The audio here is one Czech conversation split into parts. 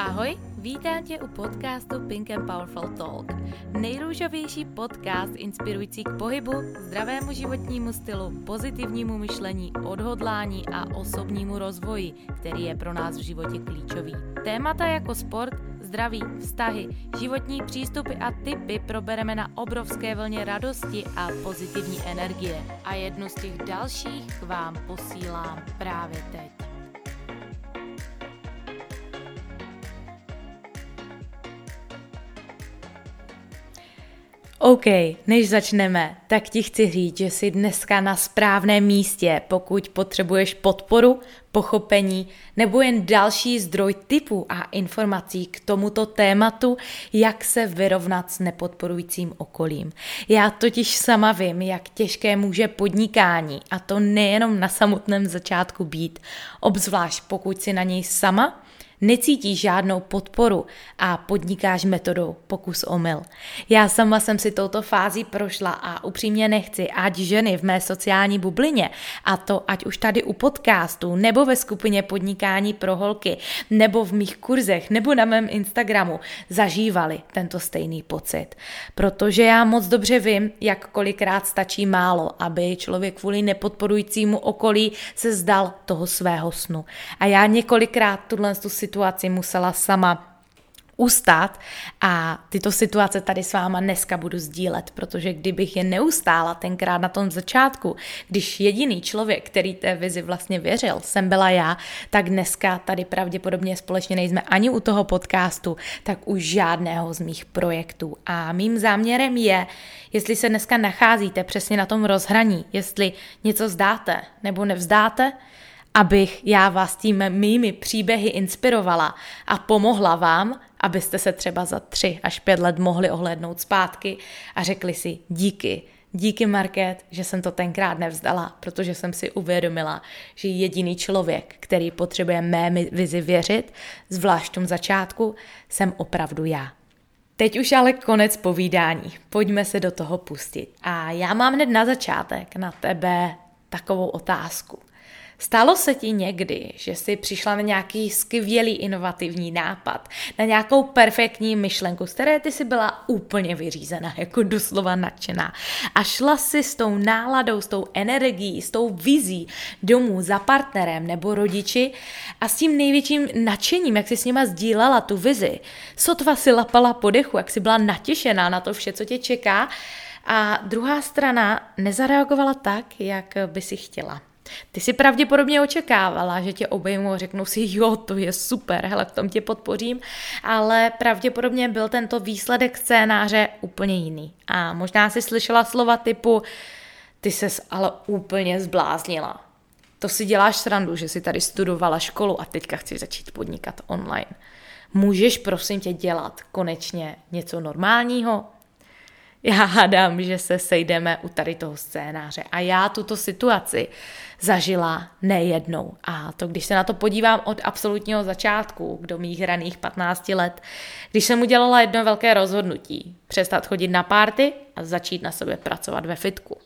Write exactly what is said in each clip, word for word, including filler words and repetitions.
Ahoj, vítám tě u podcastu Pink and Powerful Talk. Nejrůžovější podcast inspirující k pohybu, zdravému životnímu stylu, pozitivnímu myšlení, odhodlání a osobnímu rozvoji, který je pro nás v životě klíčový. Témata jako sport, zdraví, vztahy, životní přístupy a tipy probereme na obrovské vlně radosti a pozitivní energie. A jednu z těch dalších k vám posílám právě teď. OK, než začneme, tak ti chci říct, že jsi dneska na správném místě, pokud potřebuješ podporu, pochopení nebo jen další zdroj tipů a informací k tomuto tématu, jak se vyrovnat s nepodporujícím okolím. Já totiž sama vím, jak těžké může podnikání, a to nejenom na samotném začátku být, obzvlášť pokud si na něj sama necítíš žádnou podporu a podnikáš metodou pokus omyl. Já sama jsem si touto fází prošla a upřímně nechci, ať ženy v mé sociální bublině, a to ať už tady u podcastu, nebo ve skupině podnikání pro holky, nebo v mých kurzech, nebo na mém Instagramu, zažívali tento stejný pocit. Protože já moc dobře vím, jak kolikrát stačí málo, aby člověk kvůli nepodporujícímu okolí se zdal toho svého snu. A já několikrát tuhle situaci musela sama ustát a tyto situace tady s váma dneska budu sdílet, protože kdybych je neustála tenkrát na tom začátku, když jediný člověk, který té vizi vlastně věřil, jsem byla já, tak dneska tady pravděpodobně společně nejsme ani u toho podcastu, tak u žádného z mých projektů. A mým záměrem je, jestli se dneska nacházíte přesně na tom rozhraní, jestli něco vzdáte nebo nevzdáte, abych já vás tím mými příběhy inspirovala a pomohla vám, abyste se třeba za tři až pět let mohli ohlédnout zpátky a řekli si díky, díky Market, že jsem to tenkrát nevzdala, protože jsem si uvědomila, že jediný člověk, který potřebuje mé vizi věřit, zvlášť v tom začátku, jsem opravdu já. Teď už ale konec povídání, pojďme se do toho pustit. A já mám hned na začátek na tebe takovou otázku. Stalo se ti někdy, že jsi přišla na nějaký skvělý inovativní nápad, na nějakou perfektní myšlenku, z které ty jsi byla úplně vyřízená, jako doslova nadšená a šla si s tou náladou, s tou energií, s tou vizí domů za partnerem nebo rodiči a s tím největším nadšením, jak jsi s nima sdílela tu vizi. Sotva si lapala po dechu, jak jsi byla natěšená na to vše, co tě čeká, a druhá strana nezareagovala tak, jak by si chtěla. Ty si pravděpodobně očekávala, že tě obejmou a řeknou si, jo, to je super, hele, v tom tě podpořím, ale pravděpodobně byl tento výsledek scénáře úplně jiný. A možná si slyšela slova typu, ty ses ale úplně zbláznila. To si děláš srandu, že jsi tady studovala školu a teďka chci začít podnikat online. Můžeš prosím tě dělat konečně něco normálního? Já hádám, že se sejdeme u tady toho scénáře a já tuto situaci zažila nejednou. A to, když se na to podívám od absolutního začátku, do mých raných patnácti let, když jsem udělala jedno velké rozhodnutí, přestat chodit na párty a začít na sobě pracovat ve fitku.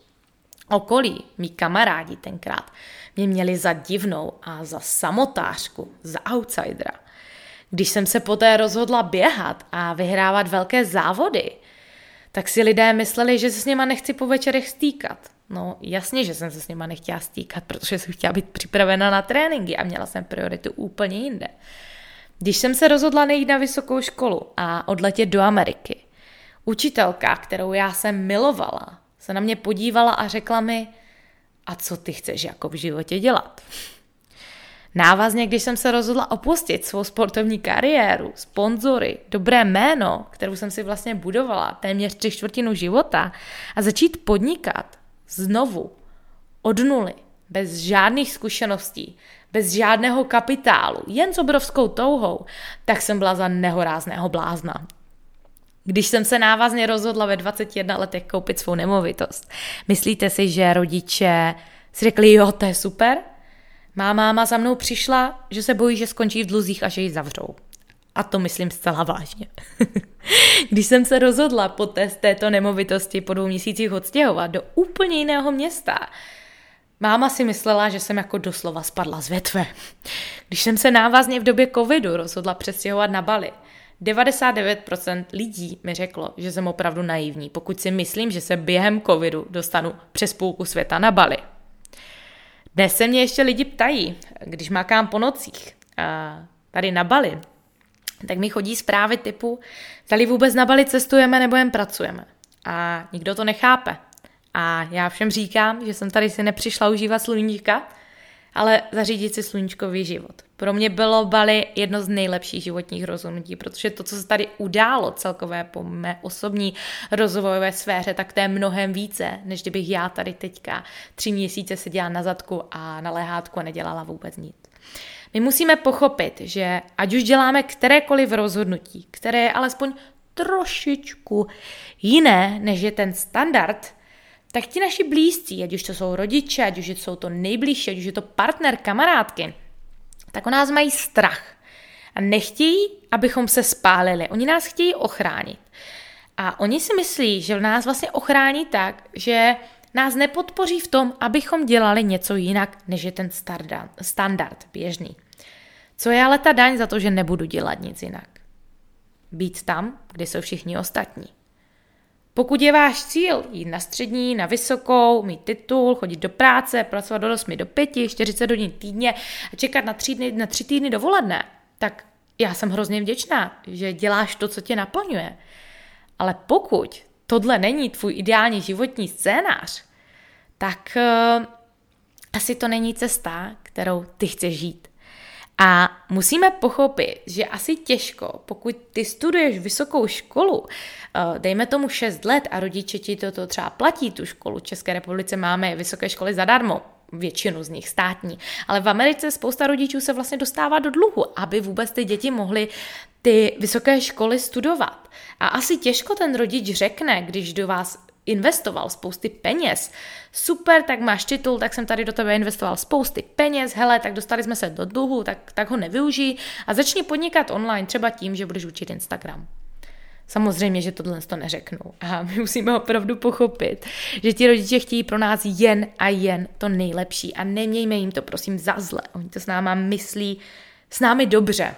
Okolí, mý kamarádi tenkrát, mě měli za divnou a za samotářku, za outsidera. Když jsem se poté rozhodla běhat a vyhrávat velké závody, tak si lidé mysleli, že se s nima nechci po večerech stýkat. No jasně, že jsem se s nima nechtěla stýkat, protože jsem chtěla být připravena na tréninky a měla jsem prioritu úplně jinde. Když jsem se rozhodla nejít na vysokou školu a odletět do Ameriky, učitelka, kterou já jsem milovala, se na mě podívala a řekla mi, a co ty chceš jako v životě dělat? Návazně, když jsem se rozhodla opustit svou sportovní kariéru, sponzory, dobré jméno, kterou jsem si vlastně budovala téměř tři čtvrtinu života a začít podnikat znovu, od nuly, bez žádných zkušeností, bez žádného kapitálu, jen s obrovskou touhou, tak jsem byla za nehorázného blázna. Když jsem se návazně rozhodla ve dvaceti jedné letech koupit svou nemovitost, myslíte si, že rodiče si řekli, jo, to je super? Má máma za mnou přišla, že se bojí, že skončí v dluzích a že ji zavřou. A to myslím zcela vážně. Když jsem se rozhodla poté z této nemovitosti po dvou měsících odstěhovat do úplně jiného města, Máma si myslela, že jsem jako doslova spadla z větve. Když jsem se návazně v době covidu rozhodla přestěhovat na Bali, devadesát devět procent lidí mi řeklo, že jsem opravdu naivní, pokud si myslím, že se během covidu dostanu přes půlku světa na Bali. Dnes se mě ještě lidi ptají, když makám po nocích a tady na Bali, tak mi chodí zprávy typu, zdali vůbec na Bali cestujeme nebo jen pracujeme. A nikdo to nechápe. A já všem říkám, že jsem tady si nepřišla užívat sluníčka, ale zařídit si sluníčkový život. Pro mě bylo Bali jedno z nejlepších životních rozhodnutí, protože to, co se tady událo celkové po mé osobní rozvojové sféře, tak to je mnohem více, než kdybych já tady teďka tři měsíce seděla na zadku a na lehátku a nedělala vůbec nic. My musíme pochopit, že ať už děláme kterékoliv rozhodnutí, které je alespoň trošičku jiné, než je ten standard, tak ti naši blízcí, ať už to jsou rodiče, ať už jsou to nejbližší, ať už je to partner, kamarádky, tak o nás mají strach. A nechtějí, abychom se spálili. Oni nás chtějí ochránit. A oni si myslí, že nás vlastně ochrání tak, že nás nepodpoří v tom, abychom dělali něco jinak, než je ten standard běžný. Co je ale ta daň za to, že nebudu dělat nic jinak? Být tam, kde jsou všichni ostatní. Pokud je váš cíl jít na střední, na vysokou, mít titul, chodit do práce, pracovat do osmi do pěti, čtyřicet hodin týdně a čekat na tři, dny, na tři týdny dovolené, tak já jsem hrozně vděčná, že děláš to, co tě naplňuje. Ale pokud tohle není tvůj ideální životní scénář, tak uh, asi to není cesta, kterou ty chceš žít. A musíme pochopit, že asi těžko, pokud ty studuješ vysokou školu, dejme tomu šest let a rodiče ti toto třeba platí tu školu. V České republice máme vysoké školy zadarmo, většinu z nich státní, ale v Americe spousta rodičů se vlastně dostává do dluhu, aby vůbec ty děti mohly ty vysoké školy studovat. A asi těžko ten rodič řekne, když do vás investoval spousty peněz. Super, tak máš titul, tak jsem tady do tebe investoval spousty peněz, hele, tak dostali jsme se do dluhu, tak, tak ho nevyužij a začni podnikat online, třeba tím, že budeš učit Instagram. Samozřejmě, že tohle to neřeknu. A my musíme opravdu pochopit, že ti rodiče chtějí pro nás jen a jen to nejlepší a nemějme jim to prosím za zle. Oni to s náma myslí s námi dobře,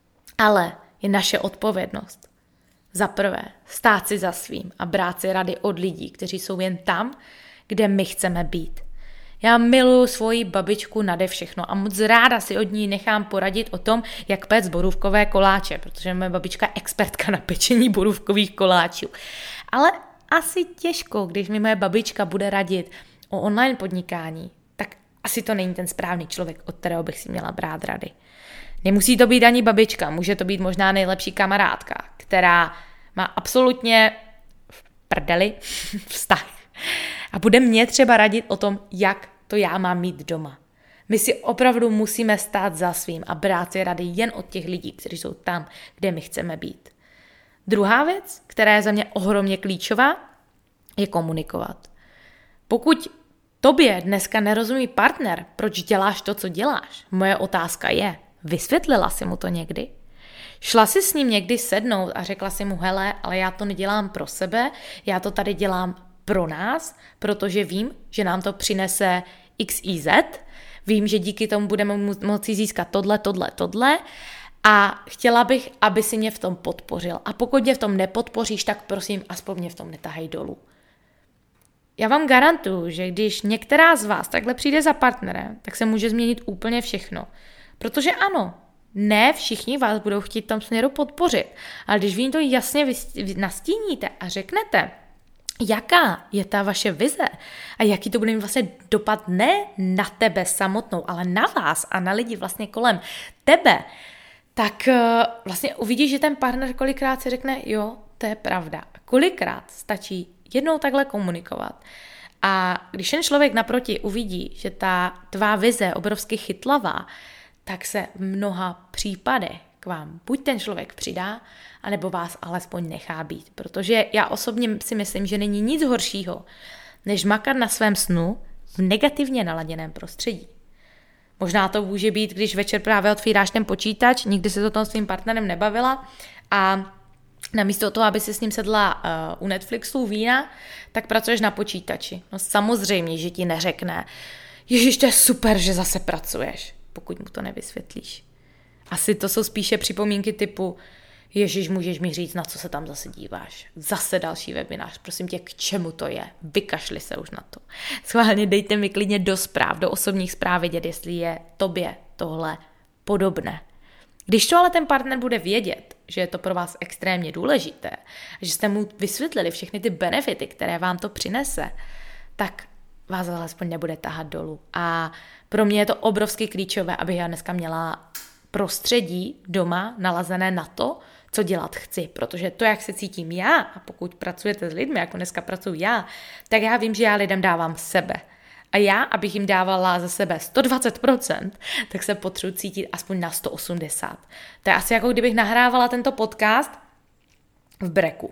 ale je naše odpovědnost za prvé stát si za svým a brát si rady od lidí, kteří jsou jen tam, kde my chceme být. Já miluji svoji babičku nade všechno a moc ráda si od ní nechám poradit o tom, jak péct borůvkové koláče, protože moje babička je expertka na pečení borůvkových koláčů. Ale asi těžko, když mi moje babička bude radit o online podnikání, tak asi to není ten správný člověk, od kterého bych si měla brát rady. Nemusí to být ani babička, může to být možná nejlepší kamarádka, která má absolutně v prdeli vztah a bude mě třeba radit o tom, jak to já mám mít doma. My si opravdu musíme stát za svým a brát si rady jen od těch lidí, kteří jsou tam, kde my chceme být. Druhá věc, která je za mě ohromně klíčová, je komunikovat. Pokud tobě dneska nerozumí partner, proč děláš to, co děláš, moje otázka je, vysvětlila jsi mu to někdy? Šla si s ním někdy sednout a řekla si mu, hele, ale já to nedělám pro sebe, já to tady dělám pro nás, protože vím, že nám to přinese X Y Z, vím, že díky tomu budeme moci získat tohle, tohle, tohle a chtěla bych, aby si mě v tom podpořil. A pokud mě v tom nepodpoříš, tak prosím, aspoň mě v tom netahej dolů. Já vám garantuju, že když některá z vás takhle přijde za partnerem, tak se může změnit úplně všechno. Protože ano, ne všichni vás budou chtít v tom směru podpořit, ale když vy jim to jasně nastíníte a řeknete, jaká je ta vaše vize a jaký to bude mít vlastně dopad ne na tebe samotnou, ale na vás a na lidi vlastně kolem tebe, tak vlastně uvidíš, že ten partner kolikrát si řekne, jo, to je pravda. Kolikrát stačí jednou takhle komunikovat. A když ten člověk naproti uvidí, že ta tvá vize je obrovsky chytlavá, tak se v mnoha případech k vám buď ten člověk přidá, anebo vás alespoň nechá být. Protože já osobně si myslím, že není nic horšího, než makat na svém snu v negativně naladěném prostředí. Možná to může být, když večer právě otvíráš ten počítač, nikdy se to tom svým partnerem nebavila a namísto toho, aby si s ním sedla uh, u Netflixu vína, tak pracuješ na počítači. No samozřejmě, že ti neřekne, Ježiš, to je super, že zase pracuješ, pokud mu to nevysvětlíš. Asi to jsou spíše připomínky typu Ježiš, můžeš mi říct, na co se tam zase díváš. Zase další webinář, prosím tě, k čemu to je? Vykašli se už na to. Schválně dejte mi klidně do zpráv, do osobních zpráv vědět, jestli je tobě tohle podobné. Když to ale ten partner bude vědět, že je to pro vás extrémně důležité, že jste mu vysvětlili všechny ty benefity, které vám to přinese, tak vás alespoň nebude tahat dolů. A pro mě je to obrovsky klíčové, abych já dneska měla prostředí doma nalazené na to, co dělat chci, protože to, jak se cítím já, a pokud pracujete s lidmi, jako dneska pracuji já, tak já vím, že já lidem dávám sebe. A já, abych jim dávala za sebe sto dvacet procent, tak se potřebuji cítit aspoň na sto osmdesát. To je asi jako kdybych nahrávala tento podcast v breku.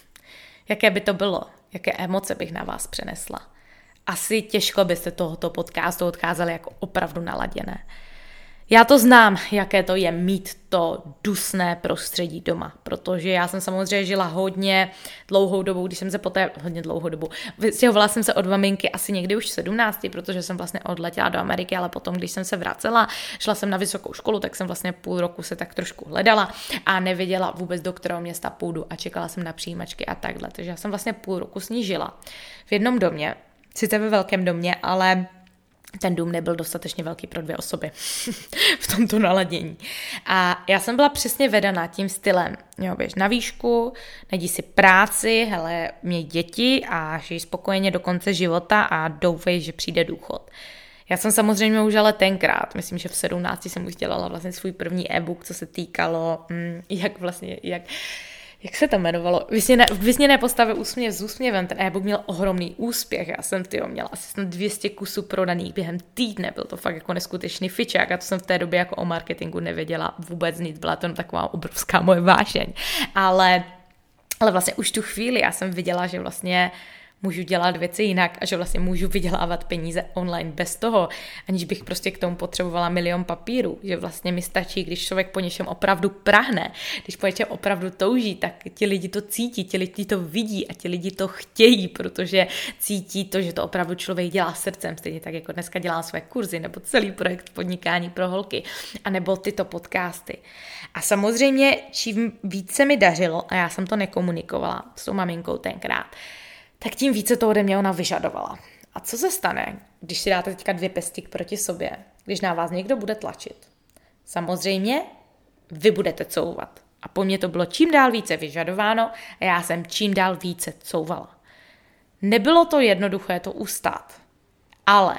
Jaké by to bylo? Jaké emoce bych na vás přenesla? Asi těžko byste tohoto podcastu odcházeli jako opravdu naladěné. Já to znám, jaké to je mít to dusné prostředí doma, protože já jsem samozřejmě žila hodně dlouhou dobu, když jsem se poté, hodně dlouhou dobu, vystěhovala jsem se od maminky asi někdy už v sedmnácti, protože jsem vlastně odletěla do Ameriky, ale potom, když jsem se vracela, šla jsem na vysokou školu, tak jsem vlastně půl roku se tak trošku hledala a nevěděla vůbec, do kterého města půjdu a čekala jsem na přijímačky a takhle, takže já jsem vlastně půl roku s ní žila v jednom domě, sice ve velkém domě, ale ten dům nebyl dostatečně velký pro dvě osoby v tomto naladění. A já jsem byla přesně vedaná tím stylem, jo, běž na výšku, najdi si práci, hele, měj děti a žij spokojeně do konce života a doufej, že přijde důchod. Já jsem samozřejmě už ale tenkrát, myslím, že v sedmnácti jsem už dělala vlastně svůj první e-book, co se týkalo, hm, jak vlastně, jak... Jak se to jmenovalo? Vysněné, vysněné postavy úsměv s úsměvem. Ten e-book měl ohromný úspěch. Já jsem tyjo, měla asi dvě stě kusů prodaných během týdne. Byl to fakt jako neskutečný fičák. A to jsem v té době jako o marketingu nevěděla vůbec nic. Byla to taková obrovská moje vášeň. Ale, ale vlastně už tu chvíli já jsem viděla, že vlastně můžu dělat věci jinak a že vlastně můžu vydělávat peníze online bez toho, aniž bych prostě k tomu potřebovala milion papírů, že vlastně mi stačí, když člověk po něčem opravdu prahne, když po něčem opravdu touží, tak ti lidi to cítí, ti lidi to vidí a ti lidi to chtějí, protože cítí to, že to opravdu člověk dělá srdcem, stejně tak jako dneska dělám své kurzy nebo celý projekt podnikání pro holky, anebo tyto podcasty. A samozřejmě, čím více mi dařilo, a já jsem to nekomunikovala s tou maminkou tenkrát, tak tím více to ode mě ona vyžadovala. A co se stane, když si dáte teďka dvě pesti proti sobě, když na vás někdo bude tlačit? Samozřejmě vy budete couvat. A po mně to bylo čím dál více vyžadováno a já jsem čím dál více couvala. Nebylo to jednoduché to ustát, ale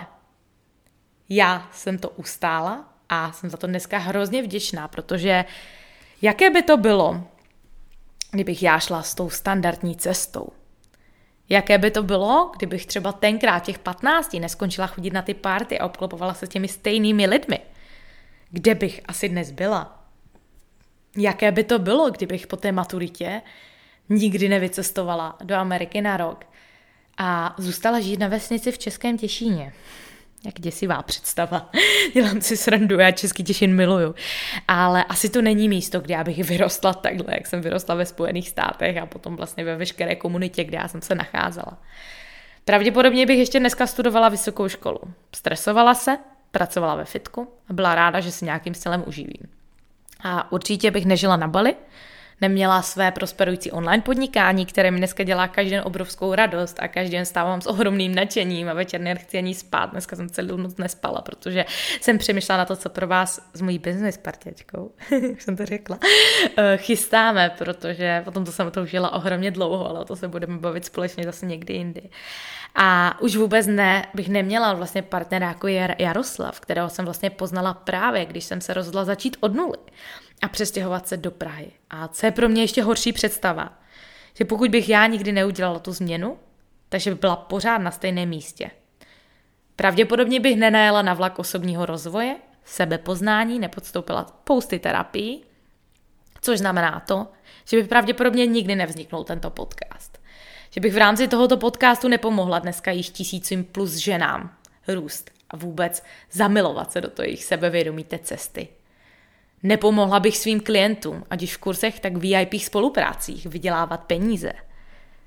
já jsem to ustála a jsem za to dneska hrozně vděčná, protože jaké by to bylo, kdybych já šla s tou standardní cestou? Jaké by to bylo, kdybych třeba tenkrát těch patnácti neskončila chodit na ty party a obklopovala se těmi stejnými lidmi? Kde bych asi dnes byla? Jaké by to bylo, kdybych po té maturitě nikdy nevycestovala do Ameriky na rok a zůstala žít na vesnici v Českém Těšíně? Jak děsivá představa. Dělám si srandu, já Český Těšín miluju. Ale asi to není místo, kde já bych vyrostla takhle, jak jsem vyrostla ve Spojených státech a potom vlastně ve veškeré komunitě, kde já jsem se nacházela. Pravděpodobně bych ještě dneska studovala vysokou školu. Stresovala se, pracovala ve fitku a byla ráda, že si nějakým stylem uživím. A určitě bych nežila na Bali, neměla své prosperující online podnikání, které mi dneska dělá každý den obrovskou radost a každý den stávám s ohromným nadšením a večer nechci ani spát. Dneska jsem celou noc nespala, protože jsem přemýšlela na to, co pro vás s mojí business partiečkou, už jsem to řekla, chystáme, protože potom to jsem to už žila ohromně dlouho, ale o to se budeme bavit společně zase někdy jindy. A už vůbec ne, bych neměla vlastně partnera jako Jaroslav, kterého jsem vlastně poznala právě, když jsem se rozhodla začít od nuly a přestěhovat se do Prahy. A co je pro mě ještě horší představa, že pokud bych já nikdy neudělala tu změnu, takže by byla pořád na stejném místě. Pravděpodobně bych nenajela na vlak osobního rozvoje, sebepoznání, nepodstoupila spousty terapií, což znamená to, že by pravděpodobně nikdy nevzniknul tento podcast. Že bych v rámci tohoto podcastu nepomohla dneska již tisícům plus ženám růst a vůbec zamilovat se do toho jejich sebevědomí té cesty. Nepomohla bych svým klientům, ať už v kursech, tak v V I P spoluprácích, vydělávat peníze.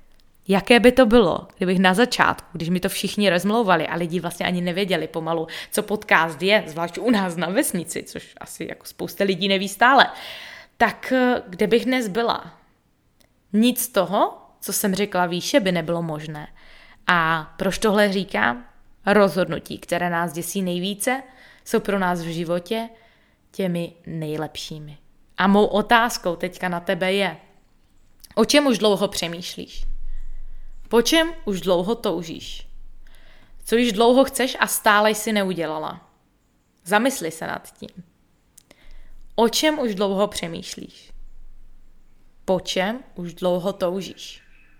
Jaké by to bylo, kdybych na začátku, když mi to všichni rozmlouvali a lidi vlastně ani nevěděli pomalu, co podcast je, zvlášť u nás na vesnici, což asi jako spousta lidí neví stále, tak kde bych dnes byla? Nic z toho, co jsem řekla výše, by nebylo možné. A proč tohle říkám? Rozhodnutí, které nás děsí nejvíce, jsou pro nás v životě těmi nejlepšími. A mou otázkou teďka na tebe je, o čem už dlouho přemýšlíš? Po čem už dlouho toužíš? Co již dlouho chceš a stále jsi neudělala? Zamysli se nad tím. O čem už dlouho přemýšlíš? Po čem už dlouho toužíš?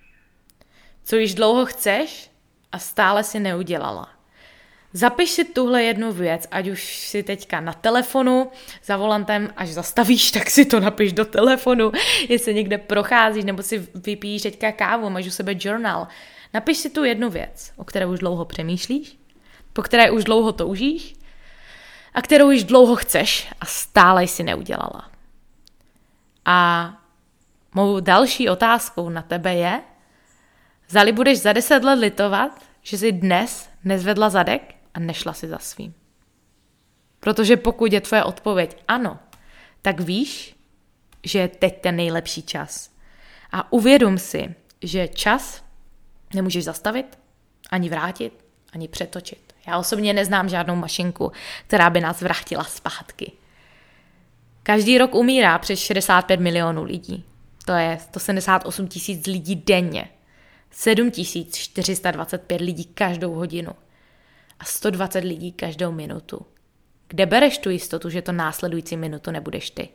Co již dlouho chceš a stále si neudělala? Zapiš si tuhle jednu věc, ať už si teďka na telefonu, za volantem, až zastavíš, tak si to napiš do telefonu, jestli někde procházíš, nebo si vypíš teďka kávu, máš u sebe journal. Napiš si tu jednu věc, o které už dlouho přemýšlíš, po které už dlouho toužíš a kterou už dlouho chceš a stále jsi neudělala. A mou další otázkou na tebe je, zdali budeš za deset let litovat, že jsi dnes nezvedla zadek a nešla si za svým. Protože pokud je tvoje odpověď ano, tak víš, že je teď ten nejlepší čas. A uvědom si, že čas nemůžeš zastavit, ani vrátit, ani přetočit. Já osobně neznám žádnou mašinku, která by nás vrátila zpátky. Každý rok umírá přes šedesát pět milionů lidí. To je sto sedmdesát osm tisíc lidí denně. sedm tisíc čtyři sta dvacet pět lidí každou hodinu. A sto dvacet lidí každou minutu. Kde bereš tu jistotu, že to následující minutu nebudeš ty?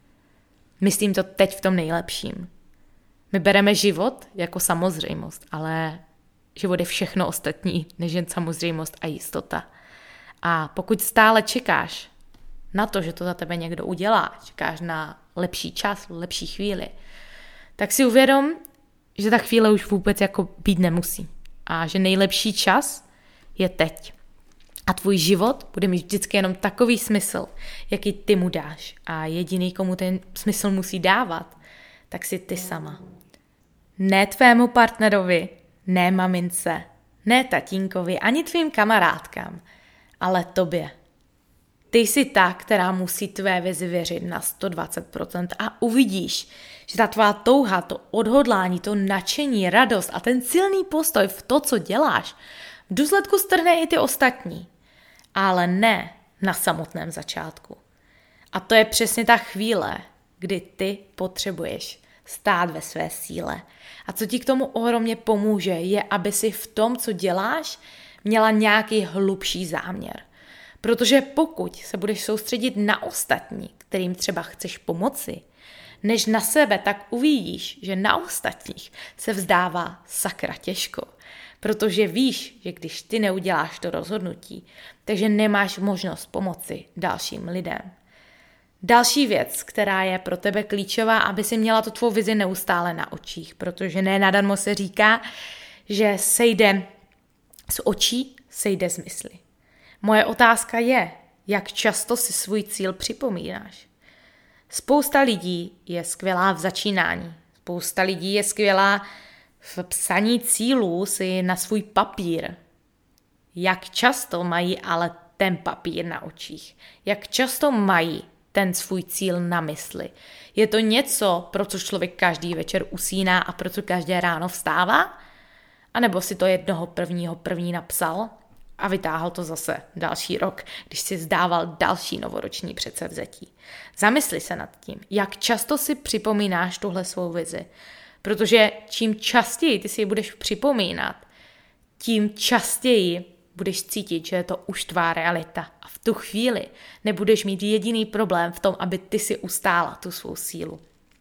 Myslím to teď v tom nejlepším. My bereme život jako samozřejmost, ale život je všechno ostatní, než jen samozřejmost a jistota. A pokud stále čekáš na to, že to za tebe někdo udělá, čekáš na lepší čas, lepší chvíli, tak si uvědom, že ta chvíle už vůbec jako být nemusí. A že nejlepší čas je teď. A tvůj život bude mít vždycky jenom takový smysl, jaký ty mu dáš. A jediný, komu ten smysl musí dávat, tak si ty sama. Ne tvému partnerovi, ne mamince, ne tatínkovi, ani tvým kamarádkám, ale tobě. Ty jsi ta, která musí tvé vizi věřit na sto dvacet procent a uvidíš, že ta tvá touha, to odhodlání, to nadšení, radost a ten silný postoj v to, co děláš, v důsledku strhne i ty ostatní. Ale ne na samotném začátku. A to je přesně ta chvíle, kdy ty potřebuješ stát ve své síle. A co ti k tomu ohromně pomůže, je, aby si v tom, co děláš, měla nějaký hlubší záměr. Protože pokud se budeš soustředit na ostatní, kterým třeba chceš pomoci, než na sebe, tak uvidíš, že na ostatních se vzdává sakra těžko. Protože víš, že když ty neuděláš to rozhodnutí, takže nemáš možnost pomoci dalším lidem. Další věc, která je pro tebe klíčová, aby si měla tu tvou vizi neustále na očích, protože ne nadarmo se říká, že sejde z očí, sejde z mysli. Moje otázka je, jak často si svůj cíl připomínáš. Spousta lidí je skvělá v začínání. Spousta lidí je skvělá v psaní cílů si na svůj papír. Jak často mají ale ten papír na očích? Jak často mají ten svůj cíl na mysli? Je to něco, pro co člověk každý večer usíná a pro co každé ráno vstává? A nebo si to jednoho prvního první napsal a vytáhl to zase další rok, když si zdával další novoroční předsevzetí. Zamysli se nad tím, jak často si připomínáš tuhle svou vizi. Protože čím častěji ty si ji budeš připomínat, tím častěji budeš cítit, že je to už tvá realita. A v tu chvíli nebudeš mít jediný problém v tom, aby ty si ustála tu svou sílu.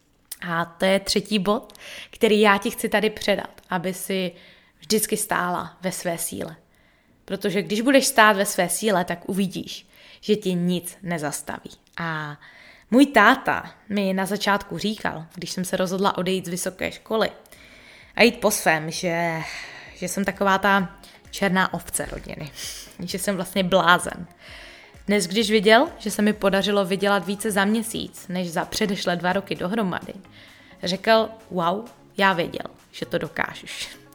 A to je třetí bod, který já ti chci tady předat, aby si vždycky stála ve své síle. Protože když budeš stát ve své síle, tak uvidíš, že ti nic nezastaví. A můj táta mi na začátku říkal, když jsem se rozhodla odejít z vysoké školy a jít po svém, že, že jsem taková ta černá ovce rodiny, že jsem vlastně blázen. Dnes, když viděl, že se mi podařilo vydělat více za měsíc, než za předešlé dva roky dohromady, řekl, wow, já věděl, že to dokážeš.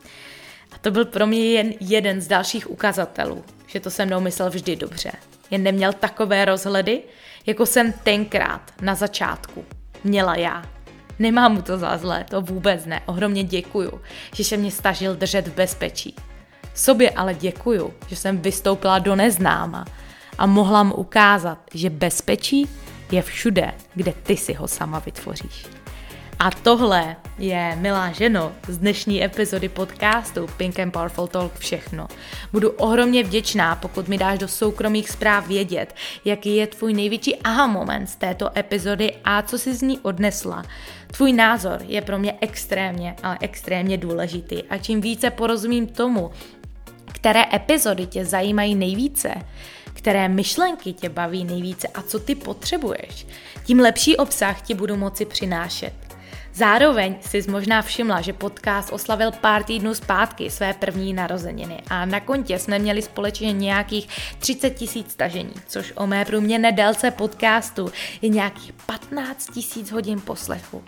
To byl pro mě jen jeden z dalších ukazatelů, že to se mnou myslel vždy dobře. Jen neměl takové rozhledy, jako jsem tenkrát na začátku měla já. Nemám mu to za zlé, to vůbec ne. Ohromně děkuju, že se mě snažil držet v bezpečí. Sobě ale děkuju, že jsem vystoupila do neznáma a mohla mu ukázat, že bezpečí je všude, kde ty si ho sama vytvoříš. A tohle je, milá ženo, z dnešní epizody podcastu Pink and Powerful Talk všechno. Budu ohromně vděčná, pokud mi dáš do soukromých zpráv vědět, jaký je tvůj největší aha moment z této epizody a co jsi z ní odnesla. Tvůj názor je pro mě extrémně, ale extrémně důležitý a čím více porozumím tomu, které epizody tě zajímají nejvíce, které myšlenky tě baví nejvíce a co ty potřebuješ, tím lepší obsah ti budu moci přinášet. Zároveň jsi možná všimla, že podcast oslavil pár týdnů zpátky své první narozeniny a na kontě jsme měli společně nějakých třicet tisíc stažení, což o mé průměrné délce podcastu je nějakých patnáct tisíc hodin poslechu.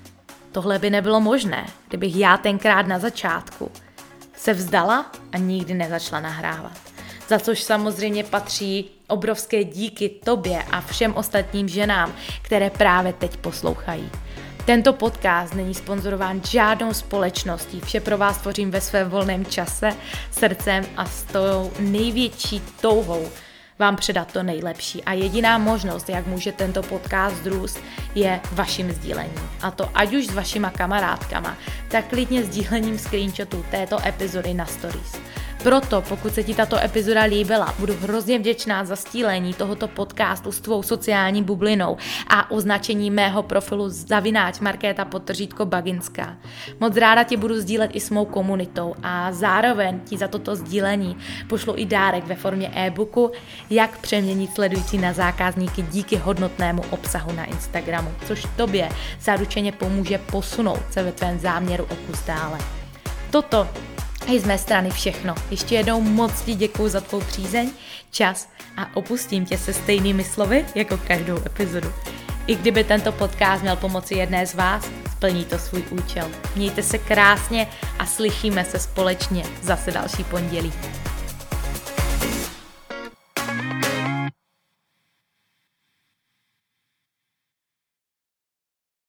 Tohle by nebylo možné, kdybych já tenkrát na začátku se vzdala a nikdy nezačala nahrávat. Za což samozřejmě patří obrovské díky tobě a všem ostatním ženám, které právě teď poslouchají. Tento podcast není sponzorován žádnou společností, vše pro vás tvořím ve svém volném čase, srdcem a s tou největší touhou vám předat to nejlepší. A jediná možnost, jak může tento podcast růst, je vaším sdílením. A to ať už s vašima kamarádkama, tak klidně sdílením screenshotů této epizody na stories. Proto, pokud se ti tato epizoda líbila, budu hrozně vděčná za sdílení tohoto podcastu s tvou sociální bublinou a označení mého profilu zavináč Markéta podtržítko Baginská. Moc ráda tě budu sdílet i s mou komunitou a zároveň ti za toto sdílení pošlu i dárek ve formě e-booku, jak přeměnit sledující na zákazníky díky hodnotnému obsahu na Instagramu, což tobě zaručeně pomůže posunout se ve tvém záměru o kus dále. Toto je z mé strany všechno. Ještě jednou moc ti děkuju za tvou přízeň, čas a opustím tě se stejnými slovy jako každou epizodu. I kdyby tento podcast měl pomoci jedné z vás, splní to svůj účel. Mějte se krásně a slyšíme se společně zase další pondělí.